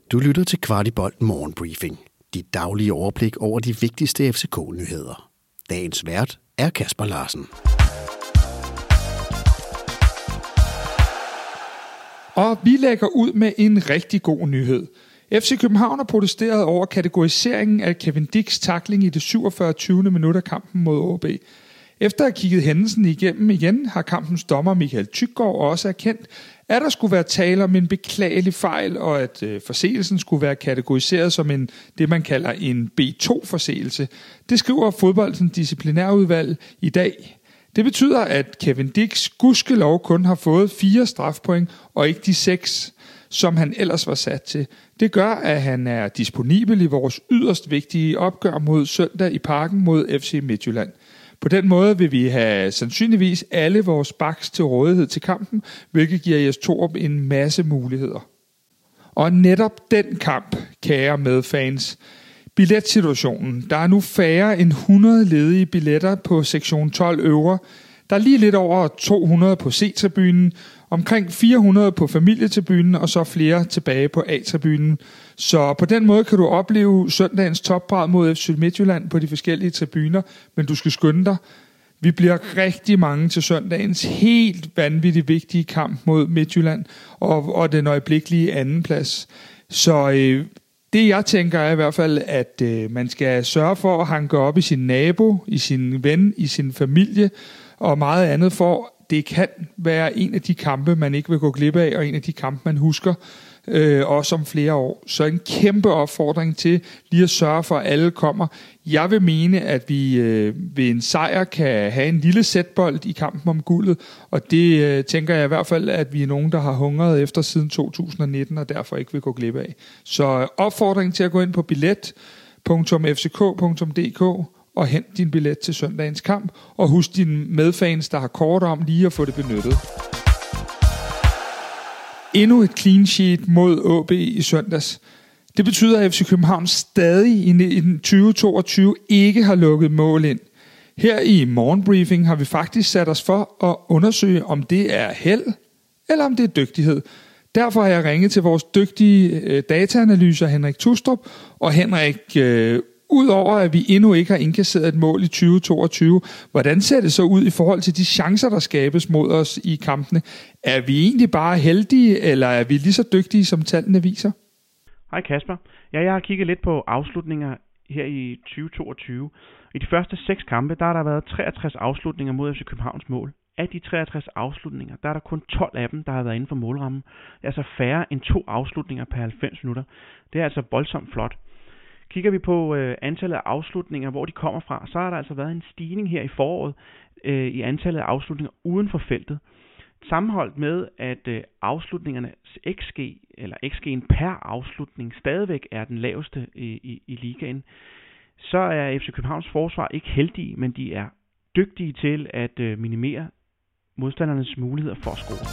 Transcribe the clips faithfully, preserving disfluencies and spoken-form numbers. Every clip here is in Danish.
Du lytter til Kvartibolt Morgenbriefing. Dit daglige overblik over de vigtigste F C K-nyheder. Dagens vært er Kasper Larsen. Og vi lægger ud med en rigtig god nyhed. F C København har protesteret over kategoriseringen af Kevin Dicks tackling i det syvogfyrre tyvende minut af kampen mod A B. Efter at have kigget hændelsen igennem igen, har kampens dommer Michael Tyggaard også erkendt, at der skulle være tale om en beklagelig fejl, og at øh, forseelsen skulle være kategoriseret som en, det man kalder en B to forseelse. Det skriver fodboldens disciplinærudvalg i dag. Det betyder, at Kevin Dicks gudskelov kun har fået fire strafpoint, og ikke de seks, som han ellers var sat til. Det gør, at han er disponibel i vores yderst vigtige opgør mod søndag i Parken mod F C Midtjylland. På den måde vil vi have sandsynligvis alle vores backs til rådighed til kampen, hvilket giver Jes Torup en masse muligheder. Og netop den kamp, kære medfans, billetsituationen. Der er nu færre end hundrede ledige billetter på sektion tolv øvre. Der er lige lidt over to hundrede på C-tribunen, omkring fire hundrede på familietribunen og så flere tilbage på A-tribunen. Så på den måde kan du opleve søndagens topbræd mod F C Midtjylland på de forskellige tribuner, men du skal skynde dig. Vi bliver rigtig mange til søndagens helt vanvittigt vigtige kamp mod Midtjylland og, og den øjeblikkelige anden plads. Så øh, det jeg tænker er i hvert fald, at øh, man skal sørge for at hanke op i sin nabo, i sin ven, i sin familie og meget andet, for det kan være en af de kampe, man ikke vil gå glip af, og en af de kampe, man husker, øh, også om flere år. Så en kæmpe opfordring til lige at sørge for, at alle kommer. Jeg vil mene, at vi øh, ved en sejr kan have en lille sætbold i kampen om guldet, og det øh, tænker jeg i hvert fald, at vi er nogen, der har hungret efter siden to tusind nitten, og derfor ikke vil gå glip af. Så opfordring til at gå ind på billet punktum f c k punktum d k og hent din billet til søndagens kamp, og husk dine medfans, der har kort om, lige at få det benyttet. Endnu et clean sheet mod A B i søndags. Det betyder, at F C København stadig i tyve toogtyve ikke har lukket mål ind. Her i morgenbriefing har vi faktisk sat os for at undersøge, om det er held, eller om det er dygtighed. Derfor har jeg ringet til vores dygtige øh, dataanalyser Henrik Tustrup, og Henrik, øh, udover at vi endnu ikke har indkasseret et mål i tyve toogtyve, hvordan ser det så ud i forhold til de chancer, der skabes mod os i kampene? Er vi egentlig bare heldige, eller er vi lige så dygtige, som tallene viser? Hej Kasper. Ja, jeg har kigget lidt på afslutninger her i tyve toogtyve. I de første seks kampe, der har der været treogtres afslutninger mod F C Københavns mål. Af de treogtres afslutninger, der er der kun tolv af dem, der har været inden for målrammen. Det er altså færre end to afslutninger per halvfems minutter. Det er altså voldsomt flot. Kigger vi på øh, antallet af afslutninger, hvor de kommer fra, så har der altså været en stigning her i foråret øh, i antallet af afslutninger uden for feltet. Sammenholdt med, at øh, afslutningernes X G, eller X G'en per afslutning, stadigvæk er den laveste i, i, i ligaen, så er F C Københavns forsvar ikke heldige, men de er dygtige til at øh, minimere modstandernes muligheder for at score.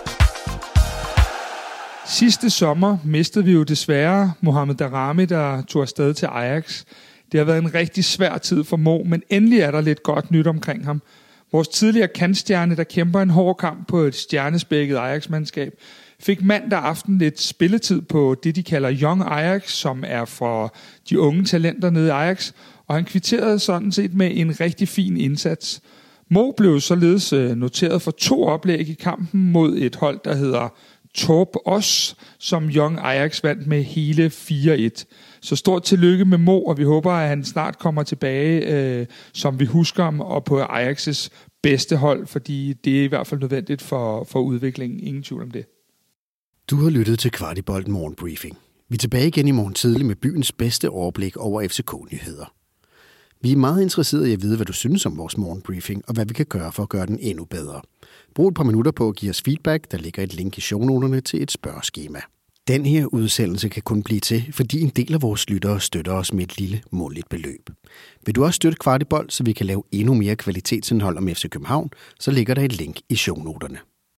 Sidste sommer mistede vi jo desværre Mohamed Daramy, der tog afsted til Ajax. Det har været en rigtig svær tid for Mo, men endelig er der lidt godt nyt omkring ham. Vores tidligere kantstjerne, der kæmper en hård kamp på et stjernespækket Ajax-mandskab, fik mandag aften lidt spilletid på det, de kalder Young Ajax, som er for de unge talenter nede i Ajax, og han kvitterede sådan set med en rigtig fin indsats. Mo blev således noteret for to oplæg i kampen mod et hold, der hedder Torp Os, som Young Ajax vandt med hele fire et. Så stort tillykke med Mo, og vi håber, at han snart kommer tilbage, øh, som vi husker ham, og på Ajax's bedste hold, fordi det er i hvert fald nødvendigt for, for udviklingen. Ingen tvivl om det. Du har lyttet til Kvartibolt Morgenbriefing. Vi er tilbage igen i morgen tidlig med byens bedste overblik over F C K-nyheder. Vi er meget interesserede i at vide, hvad du synes om vores morgenbriefing, og hvad vi kan gøre for at gøre den endnu bedre. Brug et par minutter på at give os feedback. Der ligger et link i shownoterne til et spørgeskema. Den her udsendelse kan kun blive til, fordi en del af vores lyttere støtter os med et lille månedligt beløb. Vil du også støtte Kvartibolt, så vi kan lave endnu mere kvalitetsindhold om F C København, så ligger der et link i shownoterne.